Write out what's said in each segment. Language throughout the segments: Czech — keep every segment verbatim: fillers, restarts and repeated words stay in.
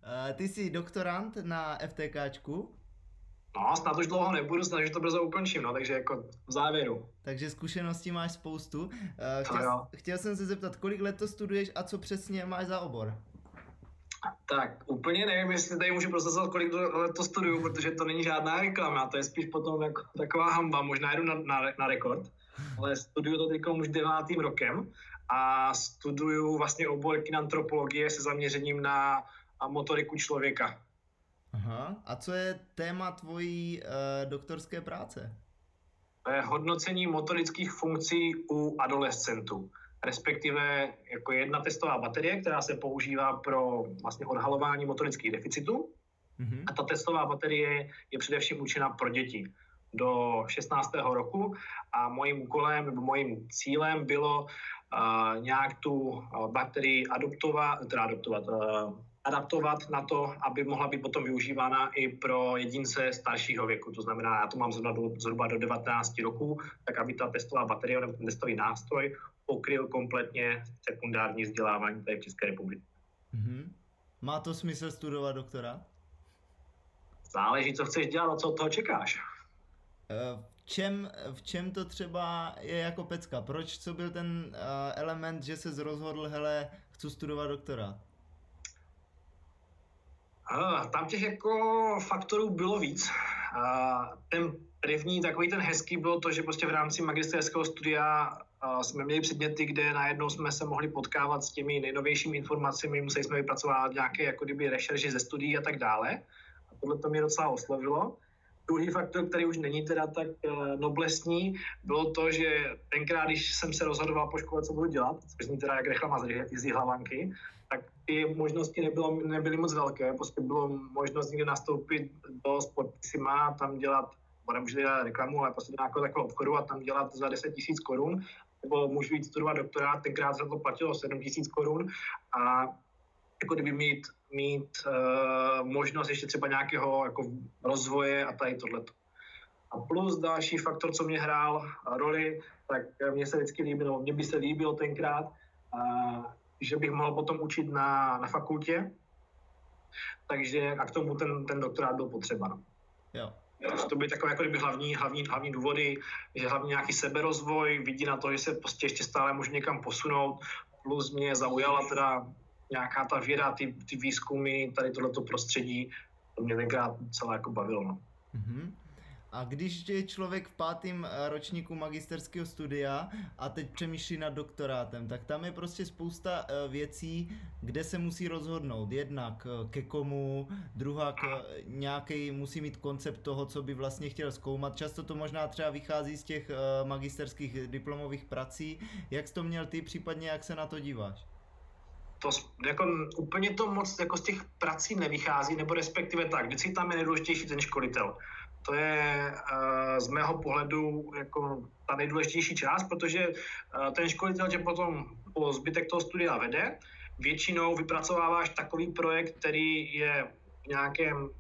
Ty jsi doktorant na FTKčku? No, snad už dlouho nebudu, snad, že to brzo ukončím, no, takže jako v závěru. Takže zkušeností máš spoustu. To Chtěl, jo. chtěl jsem se zeptat, kolik let to studuješ a co přesně máš za obor? Tak úplně nevím, jestli tady můžu procesovat, kolik let to studuju, protože to není žádná reklama, to je spíš potom jako taková hamba, možná jdu na, na, na rekord, ale studuju to teď už devátým rokem a studuju vlastně obor kinantropologie se zaměřením na motoriku člověka. Aha. A co je téma tvojí uh, doktorské práce? To je hodnocení motorických funkcí u adolescentů. Respektive jako jedna testová baterie, která se používá pro vlastně odhalování motorických deficitů. Mm-hmm. A ta testová baterie je především určena pro děti do šestnáctého roku a mojím úkolem nebo mojím cílem bylo uh, nějak tu baterii adoptovat, teda adoptovat, uh, adaptovat na to, aby mohla být potom využívána i pro jedince staršího věku. To znamená, já to mám zhruba do, zhruba do devatenácti roků, tak aby ta testová baterie nebo ten testový nástroj pokryl kompletně sekundární vzdělávání tady v České republice. Mm-hmm. Má to smysl studovat doktora? Záleží, co chceš dělat a co od toho čekáš. V čem, v čem to třeba je jako pecka? Proč, co byl ten uh, element, že ses rozhodl, hele, chci studovat doktora? Uh, tam těch jako faktorů bylo víc. Uh, ten první, takový ten hezký, bylo to, že prostě v rámci magisterského studia uh, jsme měli předměty, kde najednou jsme se mohli potkávat s těmi nejnovějšími informacemi, museli jsme vypracovat nějaké jako kdyby rešerži ze studií a tak dále. A tohle to mě docela oslovilo. Druhý faktor, který už není teda tak uh, noblesní, bylo to, že tenkrát, když jsem se rozhodoval po škole, co budu dělat, což zní teda jak reklama z hlavanky, tak ty možnosti nebylo, nebyly moc velké. Prostě bylo možnost někde nastoupit do Sportissima, tam dělat, nebo nemůžu dělat reklamu, ale prostě do nějakého takového obchodu a tam dělat za deset tisíc korun, nebo můžu jít studovat doktorát, tenkrát se to platilo sedm tisíc korun a jako kdyby mít, mít uh, možnost ještě třeba nějakého jako rozvoje a tady tohleto. A plus další faktor, co mě hrál roli, tak mně se vždycky líbilo, mně by se líbilo tenkrát, uh, že bych mohl potom učit na, na fakultě, takže a k tomu ten, ten doktorát byl potřeba. No. Jo. To byly takové jako kdyby hlavní, hlavní, hlavní důvody, že hlavně nějaký seberozvoj, vidí na to, že se prostě ještě stále může někam posunout, plus mě zaujala teda nějaká ta věda, ty, ty výzkumy, tady tohleto prostředí, to mě tenkrát celé jako bavilo. No. Mm-hmm. A když je člověk v pátém ročníku magisterského studia a teď přemýšlí nad doktorátem, tak tam je prostě spousta věcí, kde se musí rozhodnout. Jednak ke komu, druhá nějaký musí mít koncept toho, co by vlastně chtěl zkoumat. Často to možná třeba vychází z těch magisterských diplomových prací. Jak jsi to měl ty, případně jak se na to díváš? To jako úplně to moc jako z těch prací nevychází, nebo respektive tak, vždycky tam je nejdůležitější ten školitel. To je uh, z mého pohledu jako ta nejdůležitější část, protože uh, ten školitel tě potom po zbytek toho studia vede. Většinou vypracováváš takový projekt, který je v nějakém, uh,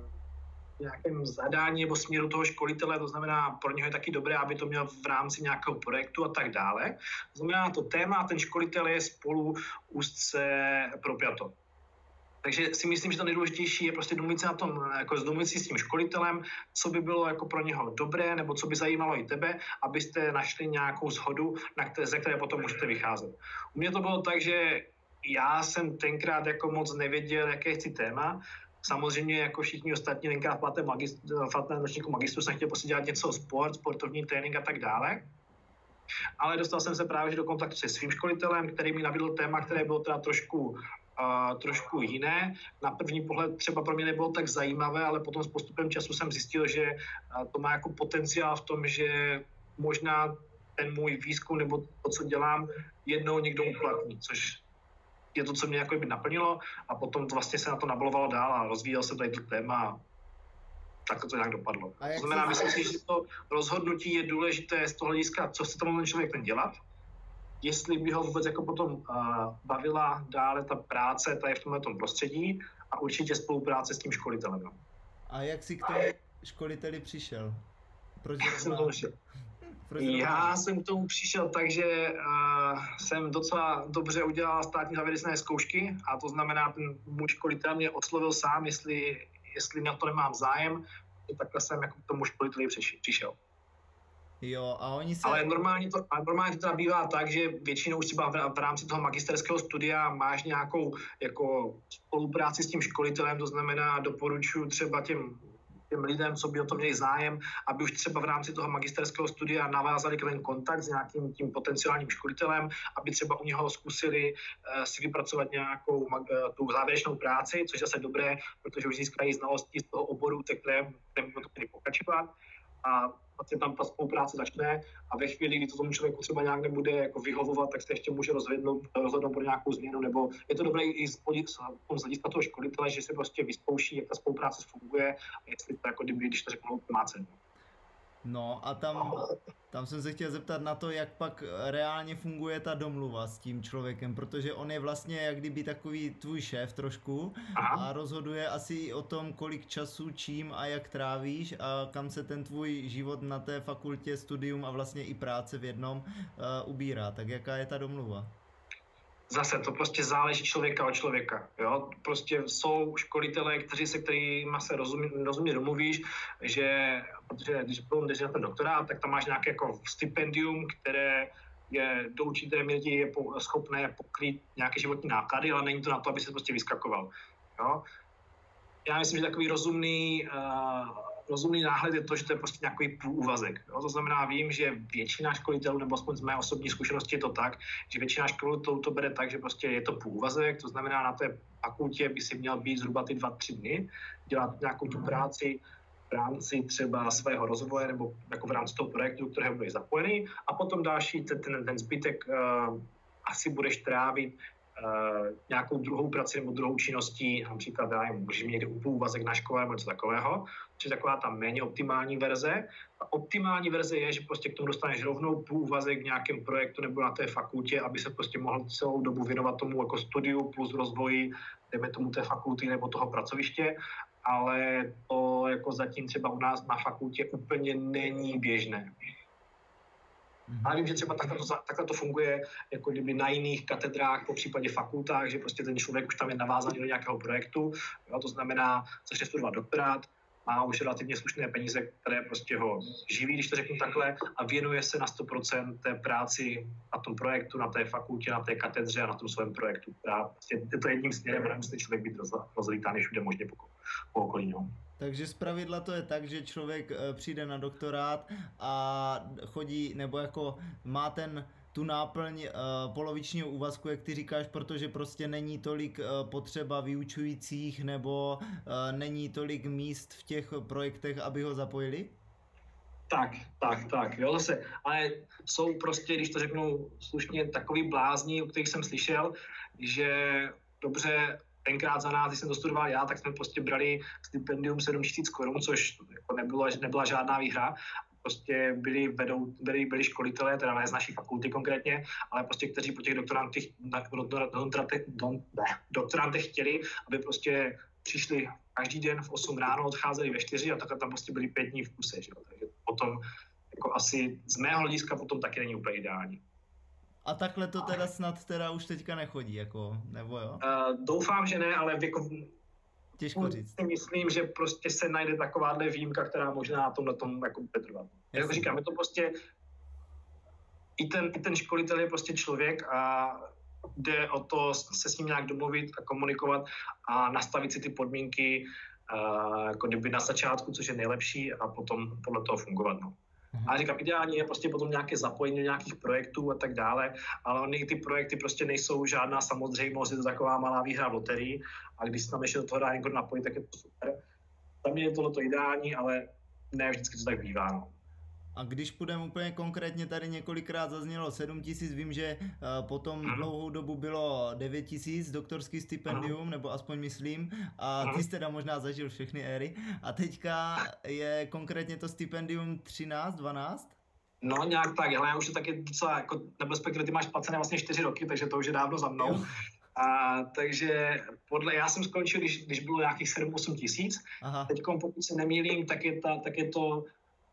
nějakém zadání nebo směru toho školitele, to znamená, pro něho je taky dobré, aby to měl v rámci nějakého projektu a tak dále. To znamená, to téma a ten školitel je spolu úzce propjato. Takže si myslím, že to nejdůležitější je prostě domluvit se na tom, jako domluvit si s tím školitelem, co by bylo jako pro něho dobré, nebo co by zajímalo i tebe, abyste našli nějakou shodu, na které, ze které potom můžete vycházet. U mě to bylo tak, že já jsem tenkrát jako moc nevěděl, jaké chci téma. Samozřejmě jako všichni ostatní tenkrát v platném ročníku magistru jsem chtěl prostě dělat něco sport, sportovní trénink a tak dále. Ale dostal jsem se právě do kontaktu se svým školitelem, který mi nabídl téma, které bylo teda trošku Uh, trošku jiné. Na první pohled třeba pro mě nebylo tak zajímavé, ale potom s postupem času jsem zjistil, že uh, to má jako potenciál v tom, že možná ten můj výzkum nebo to, co dělám, jednou někdo uplatní, což je to, co mě jako by naplnilo a potom to vlastně se na to nabalovalo dál a rozvíjel se tady to téma a tak to nějak dopadlo. To znamená, myslím si, že to rozhodnutí je důležité z toho hlediska, co chce tomu ten člověk ten dělat, jestli by ho vůbec jako potom uh, bavila dále ta práce tady v tomhle prostředí a určitě spolupráce s tím školitelem. No. A jak jsi k tomu školiteli přišel? Proč jsem to našel? Já jsem k tomu přišel tak, že uh, jsem docela dobře udělal státní závěrečné zkoušky a to znamená, ten můj školitel mě oslovil sám, jestli, jestli na to nemám zájem, takhle jsem jako k tomu školiteli přišel. Jo, a oni se... Ale normálně to, a normálně to teda bývá tak, že většinou už třeba v, v rámci toho magisterského studia máš nějakou jako spolupráci s tím školitelem, to znamená doporučuji třeba těm těm lidem, co by o to měli zájem, aby už třeba v rámci toho magisterského studia navázali ten kontakt s nějakým tím potenciálním školitelem, aby třeba u něho zkusili uh, si vypracovat nějakou uh, tu závěrečnou práci, což je zase dobré, protože už získají znalosti z toho oboru, te které budou to měli pokračovat. A vlastně tam ta spolupráce začne a ve chvíli, kdy to tomu člověku třeba nějak nebude jako vyhovovat, tak se ještě může rozhodnout, rozhodnout pro nějakou změnu, nebo je to dobré i z hlediska toho školitele, že se prostě vyzkouší, jak ta spolupráce funguje a jestli to jako kdyby, když to řeknu, má cenu. No a tam, tam jsem se chtěl zeptat na to, jak pak reálně funguje ta domluva s tím člověkem, protože on je vlastně jak kdyby takový tvůj šéf trošku. Aha. A rozhoduje asi i o tom, kolik času, čím a jak trávíš a kam se ten tvůj život na té fakultě, studium a vlastně i práce v jednom uh, ubírá. Tak jaká je ta domluva? Zase to prostě záleží člověka od člověka, jo. Prostě jsou školitelé, kteří se kterými se rozumí, rozumně domluvíš, že protože když jdeš na ten doktorát, tak tam máš nějaké jako stipendium, které je do určité míry je schopné pokrýt nějaké životní náklady, ale není to na to, aby se prostě vyskakoval, jo. Já myslím, že takový rozumný uh, rozumný náhled je to, že to je prostě nějaký půlúvazek. Jo? To znamená, vím, že většina školitelů, nebo aspoň z mé osobní zkušenosti je to tak, že většina školitelů to bere tak, že prostě je to půlúvazek, to znamená, na té fakultě by si měl být zhruba ty dva, tři dny, dělat nějakou tu práci v rámci třeba svého rozvoje nebo jako v rámci toho projektu, do kterého budeš zapojený a potom další ten, ten, ten zbytek uh, asi budeš trávit Uh, nějakou druhou praci nebo druhou činností, například já můžeš mít někdy úplný úvazek na škole nebo něco takového, což je taková ta méně optimální verze. A optimální verze je, že prostě k tomu dostaneš rovnou půl úvazek v nějakém projektu nebo na té fakultě, aby se prostě mohl celou dobu věnovat tomu jako studiu plus rozvoji, dejme tomu té fakulty nebo toho pracoviště, ale to jako zatím třeba u nás na fakultě úplně není běžné. Ale vím, že třeba takhle to, takhle to funguje jako kdyby na jiných katedrách, po případě fakultách, že prostě ten člověk už tam je navázaný do nějakého projektu, jo, to znamená, začne studovat doktorát, má už relativně slušné peníze, které prostě ho živí, když to řeknu takhle, a věnuje se na sto procent té práci na tom projektu, na té fakultě, na té katedře a na tom svém projektu. A prostě je to jedním směrem a nemusí člověk být rozlítaný všude možně po, po okolí. No. Takže zpravidla to je tak, že člověk přijde na doktorát a chodí, nebo jako má ten tu náplň uh, polovičního úvazku, jak ty říkáš, protože prostě není tolik uh, potřeba vyučujících nebo uh, není tolik míst v těch projektech, aby ho zapojili? Tak, tak, tak, jo, zase, ale jsou prostě, když to řeknu slušně, takový blázni, o kterých jsem slyšel, že dobře, tenkrát za nás, když jsem to studoval já, tak jsme prostě brali stipendium sedm tisíc korun, což jako nebylo, nebyla žádná výhra. Prostě byli, vedou, byli, byli školitelé, teda ne z naší fakulty konkrétně, ale prostě kteří po těch doktorantech, doktorantech, doktorantech chtěli, aby prostě přišli každý den v osm ráno, odcházeli ve čtyři a takhle tam prostě byli pět dní v kuse. Že? Takže potom jako asi z mého hlediska potom taky není úplně ideální. A takhle to teda snad teda už teďka nechodí, jako, nebo jo? Uh, doufám, že ne, ale jako těžko říct. Myslím, že prostě se najde takováhle výjimka, která možná na tom, na tom jako bude trvat. Jak říkám, je to prostě i ten, i ten školitel je prostě člověk a jde o to se s ním nějak domluvit a komunikovat a nastavit si ty podmínky uh, jako kdyby na začátku, což je nejlepší a potom podle toho fungovat. No. A říkám, ideální je prostě potom nějaké zapojení do nějakých projektů a tak dále, ale ony ty projekty prostě nejsou žádná samozřejmost, je to taková malá výhra v loterii a když se tam ještě do toho dá někdo napojit, tak je to super. Tam je tohleto ideální, ale ne vždycky to tak bývá. No. A když půjdeme úplně konkrétně, tady několikrát zaznělo sedm tisíc, vím, že uh, potom hmm. dlouhou dobu bylo devět tisíc doktorský stipendium, hmm. nebo aspoň myslím, a ty jsi teda možná zažil všechny éry. A teďka je konkrétně to stipendium třináct, dvanáct? No nějak tak, ale já už to taky docela, jako, nebo respektive ty máš placené vlastně čtyři roky, takže to už je dávno za mnou. A, takže podle, já jsem skončil, když, když bylo nějakých sedm osm tisíc. Teď pokud se nemýlím, tak je, ta, tak je to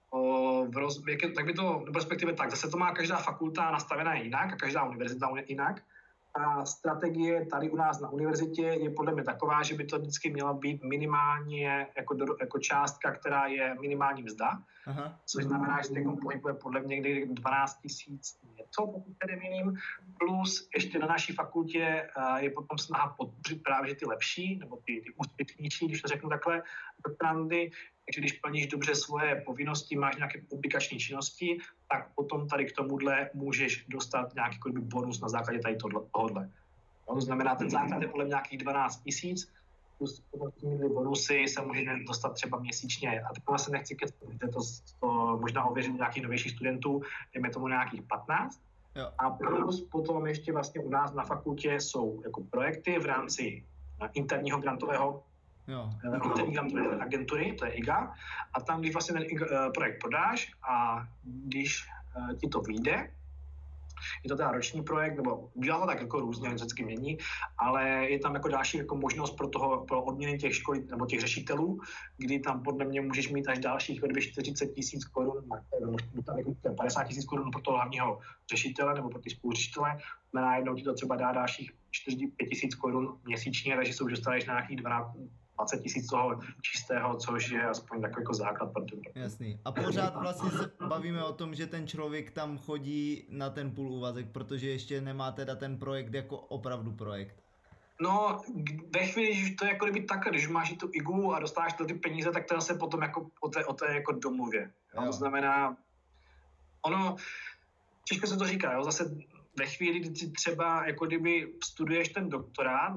o, v roz, jak je, tak by to, nebo respektive tak, zase to má každá fakulta nastavená jinak a každá univerzita jinak. A strategie tady u nás na univerzitě je podle mě taková, že by to vždycky měla být minimálně jako, do, jako částka, která je minimální mzda, Aha. což znamená, že to pohybuje podle mě někdy dvanáct tisíc něco, pokud tedy minim, plus ještě na naší fakultě je potom snaha podpořit právě ty lepší, nebo ty, ty úspěšnější, když to řeknu takhle, doktorandy. Takže když plníš dobře svoje povinnosti, máš nějaké publikační činnosti, tak potom tady k tomuhle můžeš dostat nějaký bonus na základě tady tohohle. To znamená, ten základ je podle mě nějakých dvanáct tisíc, plus těmi bonusy se může dostat třeba měsíčně. A takhle se nechci kecat, to, to možná ověřit nějakých novějších studentů, jdeme tomu nějakých patnáct. Jo. A plus potom ještě vlastně u nás na fakultě jsou jako projekty v rámci interního grantového Jo. interní grantové agentury, to je I G A, a tam, když vlastně ten projekt prodáš a když ti to vyjde, je to teda roční projekt, nebo dělá to tak jako různě, vždycky mění, ale je tam jako další jako možnost pro toho, pro odměny těch škol nebo těch řešitelů, kdy tam podle mě můžeš mít až dalších čtyřicet tisíc korun, padesát tisíc korun pro toho hlavního řešitele nebo pro ty spoluřešitele, najednou ti to třeba dá dalších čtyřicet pět tisíc korun měsíčně, takže se už dostaneš na nějakých dvanáct dvacet tisíc toho čistého, což je aspoň takový jako základ pro ten. Jasný. A pořád vlastně se bavíme o tom, že ten člověk tam chodí na ten půl úvazek, protože ještě nemá teda ten projekt jako opravdu projekt. No, ve chvíli, že to je jako kdyby takhle, když máš tu I G U a dostáváš ty peníze, tak to zase potom jako o té, o té jako domluvě. Jo? To znamená, ono, těžko se to říká, jo? Zase ve chvíli, kdy třeba jako kdyby studuješ ten doktorát,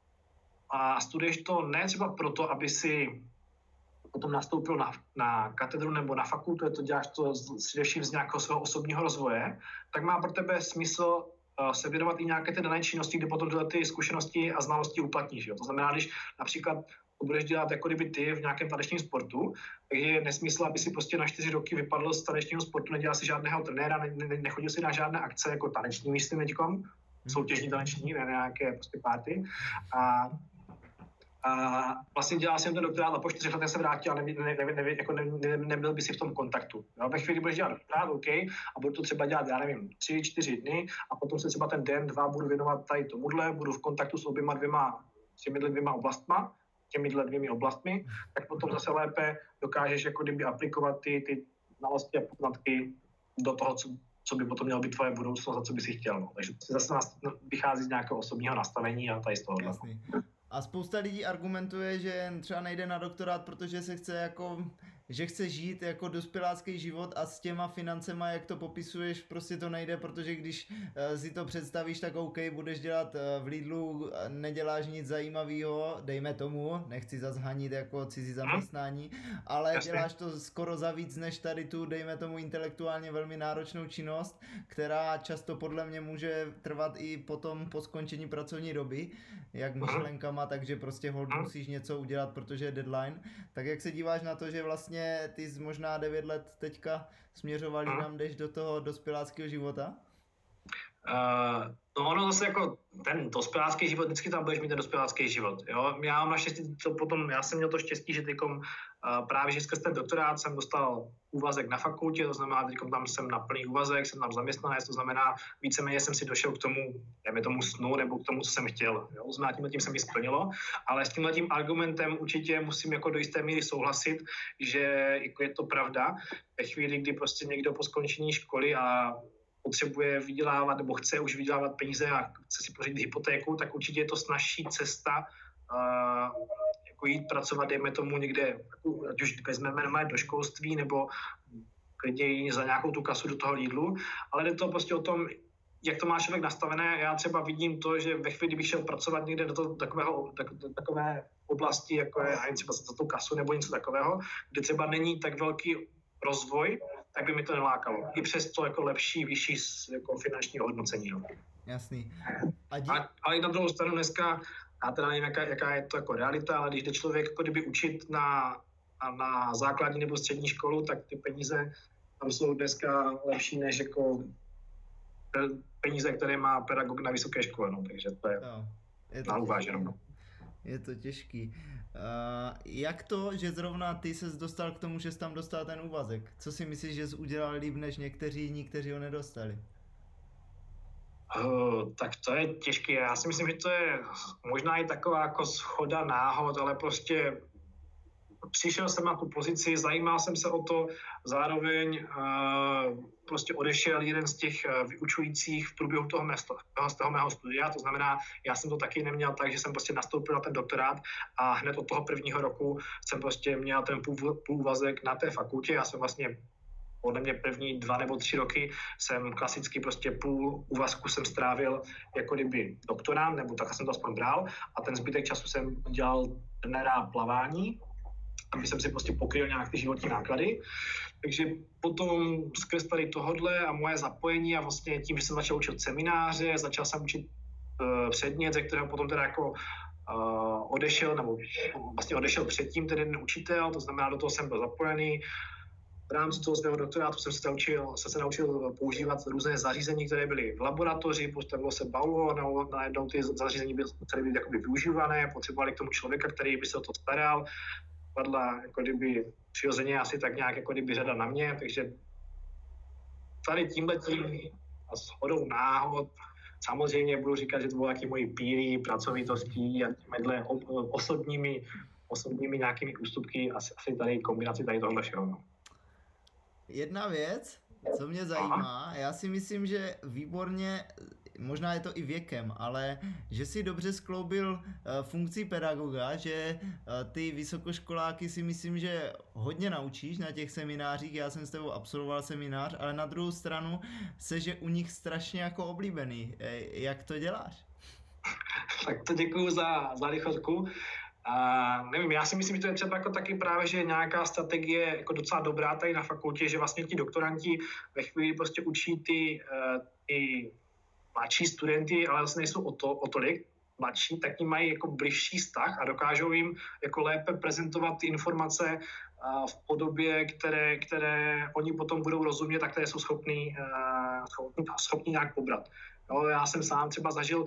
a studuješ to ne třeba proto, aby si potom nastoupil na, na katedru nebo na fakultu, to děláš to především z nějakého svého osobního rozvoje, tak má pro tebe smysl uh, se věnovat i nějaké ty dané činnosti, kde potom tyhle ty zkušenosti a znalosti uplatníš. Jo? To znamená, když například to budeš dělat jako kdyby ty v nějakém tanečním sportu, takže je nesmysl, aby si prostě na čtyři roky vypadl z tanečního sportu, nedělal si žádného trenéra, ne, ne, nechodil si na žádné akce jako taneční, myslím teďkom, soutěžní taneční, ne nějaké prostě party. A A vlastně dělal jsem ten doktorát a po čtyřech letech se vrátil a ne, ne, ne, ne, jako ne, ne, nebyl by si v tom kontaktu. Jo? Ve chvíli budeš dělat doktorát, OK, a budu to třeba dělat, já nevím, tři, čtyři dny a potom se třeba ten den, dva budu věnovat tady tomuhle, budu v kontaktu s oběma dvěma, těmi dvěma oblastma, těmi dvěmi oblastmi, tak potom zase lépe dokážeš jako kdyby aplikovat ty, ty znalosti a poznatky do toho, co, co by potom mělo být tvoje budoucnost a co by si chtěl. No. Takže to zase vychází z nějakého osobního nastavení a tady z toho. Jasný. A spousta lidí argumentuje, že třeba nejde na doktorát, protože se chce jako, že chce žít jako dospělácký život a s těma financema, jak to popisuješ, prostě to nejde, protože když uh, si to představíš, tak OK, budeš dělat uh, v Lidlu, neděláš nic zajímavého, dejme tomu, nechci zazhanit jako cizí zaměstnání, ale Jasně. děláš to skoro za víc než tady tu, dejme tomu intelektuálně velmi náročnou činnost, která často podle mě může trvat i potom po skončení pracovní doby, jak myšlenkama, takže prostě hold musíš něco udělat, protože je deadline. Tak jak se díváš na to, že vlastně ty jsi možná devět let teďka směřoval jinam, jdeš do toho dospěláckého života? Uh, no ono zase jako ten dospělácký život, vždycky tam budeš mít ten dospělácký život, jo. Já mám naštěstí to potom, já jsem měl to štěstí, že teďkom uh, právě že skrz ten doktorát jsem dostal úvazek na fakultě, to znamená, teďkom tam jsem na plný úvazek, jsem tam zaměstnanec, to znamená, víceméně jsem si došel k tomu, dejme tomu snu, nebo k tomu, co jsem chtěl, jo. To znamená, tímhle tím se mi splnilo, ale s tímhle tím argumentem určitě musím jako do jisté míry souhlasit, že jako je to pravda, ve chvíli, kdy prostě někdo po skončení školy a potřebuje vydělávat nebo chce už vydělávat peníze a chce si pořídit hypotéku, tak určitě je to snazší cesta uh, jako jít pracovat, dejme tomu někde, ať už vezmeme do školství nebo klidně za nějakou tu kasu do toho Lidlu, ale jde to prostě o tom, jak to má člověk nastavené. Já třeba vidím to, že ve chvíli, kdybych šel pracovat někde do, toho, takového, tak, do takové oblasti, jako je třeba za tu kasu nebo něco takového, kde třeba není tak velký rozvoj, tak by mi to nelákalo. I přes to jako lepší, vyšší jako finanční hodnocení. No. Jasný. A dí... a, ale i na druhou stranu dneska, já teda nevím, jaká, jaká je to jako realita, ale když jde člověk jako kdyby učit na, na, na základní nebo střední školu, tak ty peníze tam jsou dneska lepší než jako peníze, které má pedagog na vysoké škole. No. Takže to je, no, je to na uváženou. No. Je to těžký. Uh, jak to, že zrovna ty ses dostal k tomu, že jsi tam dostal ten úvazek? Co si myslíš, že jsi udělal líp než někteří jiní, kteří ho nedostali? Uh, tak to je těžké. Já si myslím, že to je možná i taková jako shoda náhod, ale prostě přišel jsem na tu pozici, zajímal jsem se o to, zároveň uh, prostě odešel jeden z těch uh, vyučujících v průběhu toho, město, toho, z toho mého studia, to znamená, já jsem to taky neměl tak, že jsem prostě nastoupil na ten doktorát a hned od toho prvního roku jsem prostě měl ten půl, půlvazek na té fakultě. Já jsem vlastně podle mě první dva nebo tři roky jsem klasicky prostě půl úvazku jsem strávil jako kdyby doktorát, nebo tak jsem to aspoň bral, a ten zbytek času jsem dělal trenéra plavání, aby jsem si prostě pokryl nějak ty životní náklady. Takže potom skrz tady tohodle a moje zapojení a vlastně tím, že jsem začal učit semináře, začal jsem učit uh, předmět, ze kterého potom teda jako uh, odešel, nebo vlastně odešel předtím ten učitel, to znamená, do toho jsem byl zapojený. V rámci toho svého doktorátu jsem se naučil, jsem se naučil používat různé zařízení, které byly v laboratoři, postavilo se baulo, najednou ty zařízení byly, byly jakoby využívané, potřebovali k tomu člověka, který by se o to staral. Padla jako kdyby přirozeně asi tak nějak jako kdyby řada na mě, takže tady tímhletím a shodou náhod samozřejmě budu říkat, že to bylo taky moji píry, pracovitostí a těmhle osobními, osobními nějakými ústupky, asi, asi tady kombinaci tady tohle všeho. No. Jedna věc, co mě zajímá, já si myslím, že výborně, možná je to i věkem, ale že si dobře skloubil uh, funkci pedagoga, že uh, ty vysokoškoláky si myslím, že hodně naučíš na těch seminářích, já jsem s tebou absolvoval seminář, ale na druhou stranu se, že u nich strašně jako oblíbený. E, jak to děláš? Tak to děkuju za, za lichotku. A nevím, já si myslím, že to je třeba jako taky právě, že nějaká strategie jako docela dobrá tady na fakultě, že vlastně ti doktoranti ve chvíli prostě učí ty, ty mladší studenty, ale vlastně nejsou o, to, o tolik mladší, tak jim mají jako blížší vztah a dokážou jim jako lépe prezentovat ty informace v podobě, které, které oni potom budou rozumět a které jsou schopní, schopní, schopní nějak pobrat. Jo, já jsem sám třeba zažil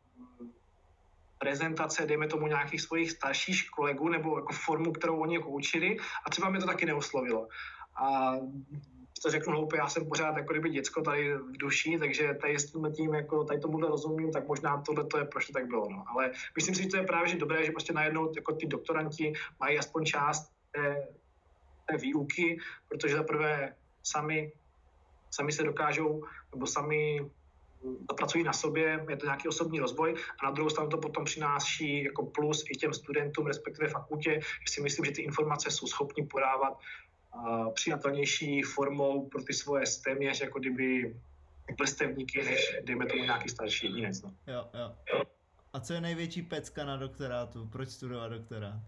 prezentace, dejme tomu nějakých svojich starších kolegů, nebo jako formu, kterou oni jako učili, a třeba mě to taky neoslovilo. A to řeknu hloupě, já jsem pořád jako kdyby děcko tady v duši, takže tady s tím, jako tady tomuhle rozumím, tak možná tohle to je, proč to tak bylo. No. Ale myslím si, že to je právě že dobré, že prostě najednou jako ty doktoranti mají aspoň část té, té výuky, protože zaprvé sami, sami se dokážou, nebo sami pracují na sobě, je to nějaký osobní rozvoj, a na druhou stranu to potom přináší jako plus i těm studentům, respektive fakultě, že si myslím, že ty informace jsou schopni podávat uh, přijatelnější formou pro ty svoje téměř jako kdyby vrstevníky, než dejme tomu nějaký starší jedinec. No. Jo, jo. A co je největší pecka na doktorátu? Proč studovat doktorát?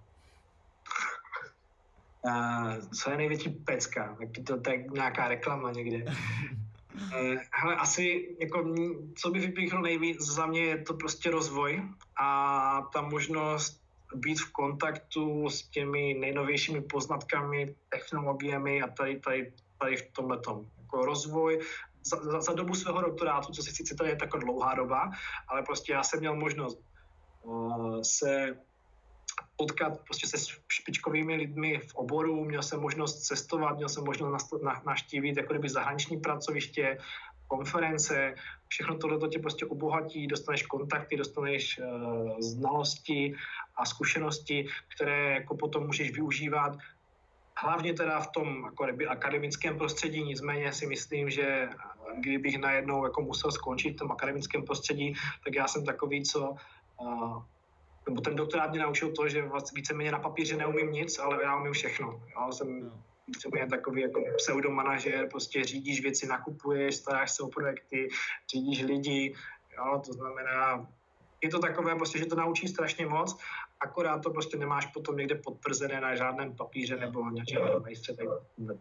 Uh, co je největší pecka? Tak to, to je nějaká reklama někde. Hele, asi, jako, co by vypíchnul nejvíc za mě, je to prostě rozvoj a ta možnost být v kontaktu s těmi nejnovějšími poznatkami, technologiemi a tady, tady, tady v tomhletom. Jako rozvoj za, za, za dobu svého doktorátu, co si sice to je taková dlouhá doba, ale prostě já jsem měl možnost uh, se potkat prostě se špičkovými lidmi v oboru, měl jsem možnost cestovat, měl jsem možnost navštívit jako kdyby zahraniční pracoviště, konference, všechno tohle tě prostě obohatí, dostaneš kontakty, dostaneš uh, znalosti a zkušenosti, které jako potom můžeš využívat, hlavně teda v tom jako kdyby akademickém prostředí, nicméně si myslím, že kdybych najednou jako musel skončit v tom akademickém prostředí, tak já jsem takový, co uh, nebo ten doktorát mě naučil to, že vlastně víceméně na papíře neumím nic, ale já umím všechno. Já jsem víceméně takový jako pseudomanažer, prostě řídíš věci, nakupuješ, staráš se o projekty, řídíš lidi, jo, to znamená, je to takové prostě, že to naučí strašně moc, akorát to prostě nemáš potom někde potvrzené na žádném papíře nebo něčem majstře. No.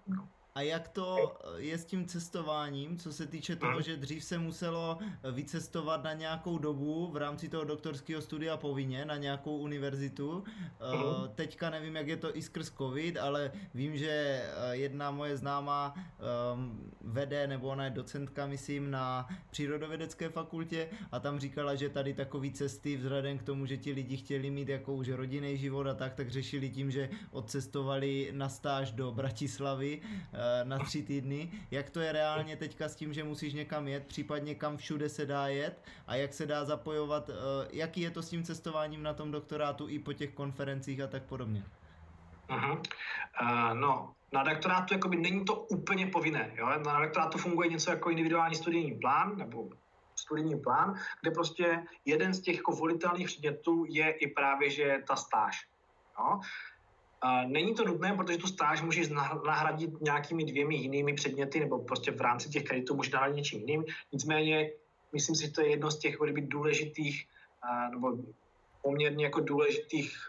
A jak to je s tím cestováním, co se týče toho, Hmm. že dřív se muselo vycestovat na nějakou dobu v rámci toho doktorského studia povinně na nějakou univerzitu. Hmm. Teďka nevím, jak je to i skrz covid, ale vím, že jedna moje známá um, vede, nebo ona je docentka, myslím, na přírodovědecké fakultě a tam říkala, že tady takové cesty vzhledem k tomu, že ti lidi chtěli mít jako už rodinný život a tak, tak řešili tím, že odcestovali na stáž do Bratislavy na tři týdny. Jak to je reálně teďka s tím, že musíš někam jet, případně kam všude se dá jet a jak se dá zapojovat, jaký je to s tím cestováním na tom doktorátu i po těch konferencích a tak podobně? Uh-huh. Uh, no, na doktorátu jakoby není to úplně povinné. Jo? Na doktorátu funguje něco jako individuální studijní plán, nebo studijní plán, kde prostě jeden z těch jako volitelných předmětů je i právě, že ta stáž. Jo? Není to nutné, protože tu stáž můžeš nahradit nějakými dvěmi jinými předměty, nebo prostě v rámci těch kreditů můžeš nahradit něčím jiným. Nicméně, myslím si, že to je jedno z těch důležitých, nebo poměrně jako důležitých,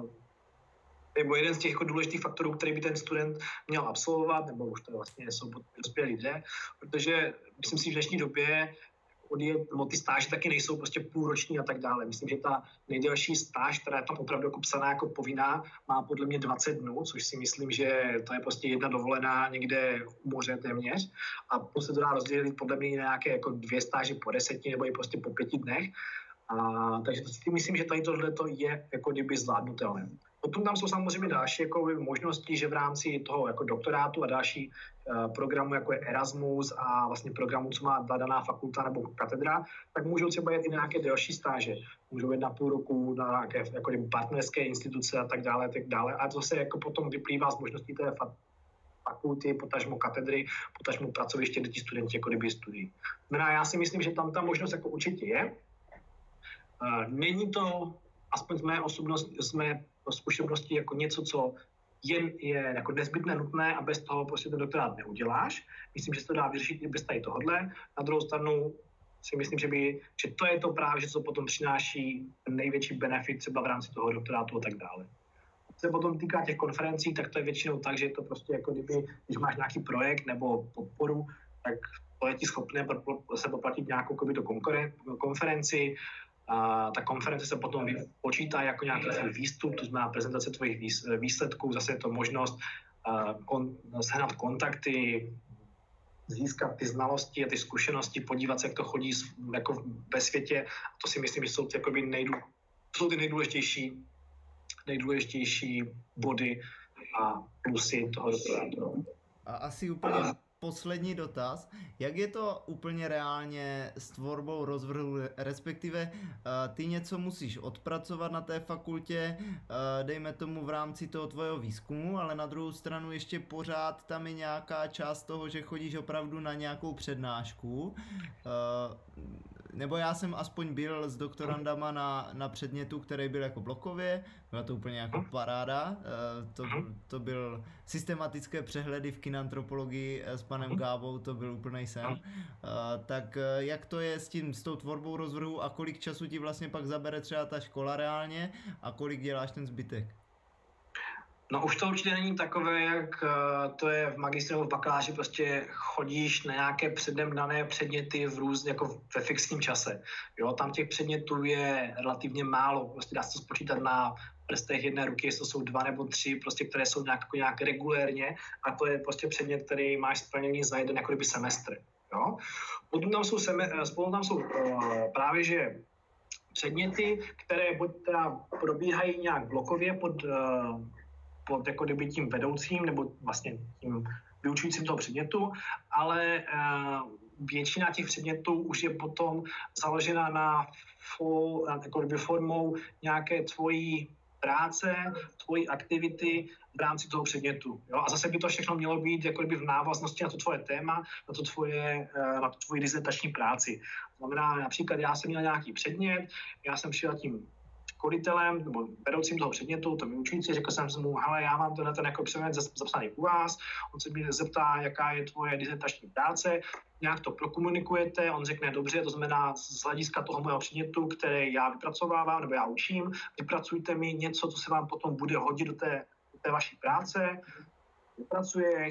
nebo jeden z těch jako důležitých faktorů, který by ten student měl absolvovat, nebo už to vlastně jsou dospělí lidé, protože myslím si, že v dnešní době nebo ty stáže taky nejsou prostě půlroční a tak dále. Myslím, že ta nejdelší stáž, která je tam opravdu jako psaná jako povinná, má podle mě dvacet dnů, což si myslím, že to je prostě jedna dovolená někde u moře téměř. A potom se to dá rozdělit podle mě nějaké jako dvě stáže po deseti nebo i prostě po pěti dnech. A, takže to si myslím, že tady tohle je jako kdyby zvládnutelné. Potom tam jsou samozřejmě další jako možnosti, že v rámci toho jako doktorátu a další uh, programu, jako je Erasmus a vlastně programu, co má daná fakulta nebo katedra, tak můžou třeba jet i nějaké další stáže. Můžou jet na půl roku na nějaké jako partnerské instituce a tak dále, tak dále. A to se jako potom vyplývá z možností té fakulty, potažmo katedry, potažmo pracoviště, kde ti studenti jako kdyby studují. Znamená, já si myslím, že tam ta možnost jako určitě je. Uh, není to, aspoň z mé osobnosti, z mé zkušenosti jako něco, co jen je jako nezbytné nutné a bez toho prostě ten doktorát neuděláš. Myslím, že se to dá vyřešit i bez tady tohodle. Na druhou stranu si myslím, že, by, že to je to právě, že co potom přináší ten největší benefit třeba v rámci toho doktorátu a tak dále. Co se potom týká těch konferencí, tak to je většinou tak, že je to prostě jako kdyby, když máš nějaký projekt nebo podporu, tak to je ti schopné se poplatit nějakou konferenci. A ta konference se potom počítá jako nějaký tvůj výstup, to znamená prezentace tvojich výsledků, zase je to možnost uh, kon, sehnat kontakty, získat ty znalosti a ty zkušenosti, podívat se, jak to chodí jako ve světě. A to si myslím, že jsou ty, jakoby nejdů, jsou ty nejdůležitější, nejdůležitější body a plusy toho doktorátu. A asi úplně poslední dotaz. Jak je to úplně reálně s tvorbou rozvrhu, respektive uh, ty něco musíš odpracovat na té fakultě, uh, dejme tomu v rámci toho tvojho výzkumu, ale na druhou stranu ještě pořád tam je nějaká část toho, že chodíš opravdu na nějakou přednášku. Uh, nebo já jsem aspoň byl s doktorandama na, na předmětu, který byl jako blokově, byla to úplně jako paráda, to, to byl systematické přehledy v kinantropologii s panem Gábou, to byl úplnej sen. Tak jak to je s tím, s tou tvorbou rozvrhu a kolik času ti vlastně pak zabere třeba ta škola reálně a kolik děláš ten zbytek? No už to určitě není takové, jak to je v magistru nebo v bakaláři, prostě chodíš na nějaké předem dané předměty v různě, jako ve fixním čase. Jo, tam těch předmětů je relativně málo, prostě dá se to spočítat na prstech jedné ruky, jestli to jsou dva nebo tři, prostě, které jsou nějak, jako nějak regulérně a to je prostě předmět, který máš splněný za jeden jako kdyby semestr. Jo. Potom tam jsou, seme, spolu tam jsou uh, právě, že předměty, které buď teda probíhají nějak blokově pod uh, pod jako kdyby tím vedoucím nebo vlastně tím vyučujícím toho předmětu, ale uh, většina těch předmětů už je potom založena na, fo, na jako kdyby formou nějaké tvojí práce, tvojí aktivity v rámci toho předmětu. Jo? A zase by to všechno mělo být jako kdyby v návaznosti na to tvoje téma, na to tvoje, uh, na to tvoji dizertační práci. Znamená, například já jsem měl nějaký předmět, já jsem přijel tím školitelem nebo vedoucím toho předmětu, to vyučující, řekl jsem mu, hele, já mám tenhle ten jako předmět zapsaný u vás, on se mě zeptá, jaká je tvoje dizertační práce, nějak to prokomunikujete, on řekne, dobře, to znamená z hlediska toho mého předmětu, který já vypracovávám nebo já učím, vypracujte mi něco, co se vám potom bude hodit do té, do té vaší práce, vypracuješ,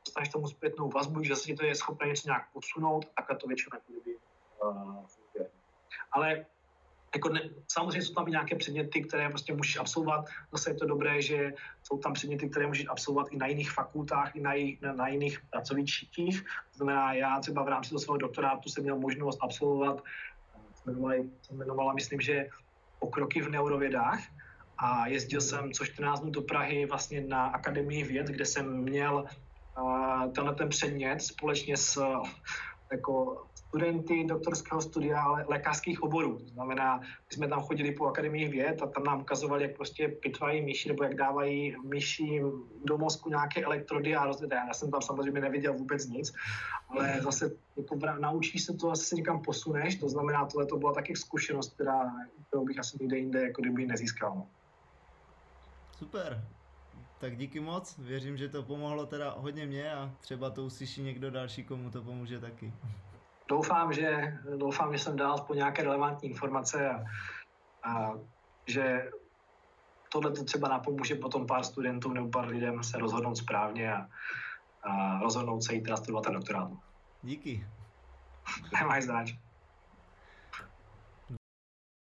dostaneš tomu zpětnou vazbu, že se ti to je schopné něco nějak posunout, takhle to většinou jako kdyby uh, funguje. Ale jako ne, samozřejmě jsou tam i nějaké předměty, které prostě můžeš absolvovat. Zase je to dobré, že jsou tam předměty, které můžeš absolvovat i na jiných fakultách, i na, na, na jiných pracovištích. To znamená, já třeba v rámci toho svého doktorátu jsem měl možnost absolvovat, se jmenovala, myslím, že pokroky v neurovědách. A jezdil jsem co čtrnáct dnů do Prahy vlastně na Akademii věd, kde jsem měl uh, tenhle ten předmět společně s jako studenty doktorského studia, ale lékařských oborů. To znamená, my jsme tam chodili po Akademii věd a tam nám ukazovali, jak prostě pitvají myši, nebo jak dávají myším do mozku nějaké elektrody a rozvědé. Já jsem tam samozřejmě neviděl vůbec nic, ale zase jako naučíš se to, zase se někam posuneš, to znamená, tohle to byla taky zkušenost, která, kterou bych asi nikde jinde jako kdyby nezískal. Super. Tak díky moc, věřím, že to pomohlo teda hodně mě a třeba to uslyší někdo další, komu to pomůže taky. Doufám, že, doufám, že jsem dal aspoň nějaké relevantní informace a, a že tohle to třeba napomůže potom pár studentům nebo pár lidem se rozhodnout správně a, a rozhodnout se jít teda studovat na doktorátu. Díky. Nemáš zač.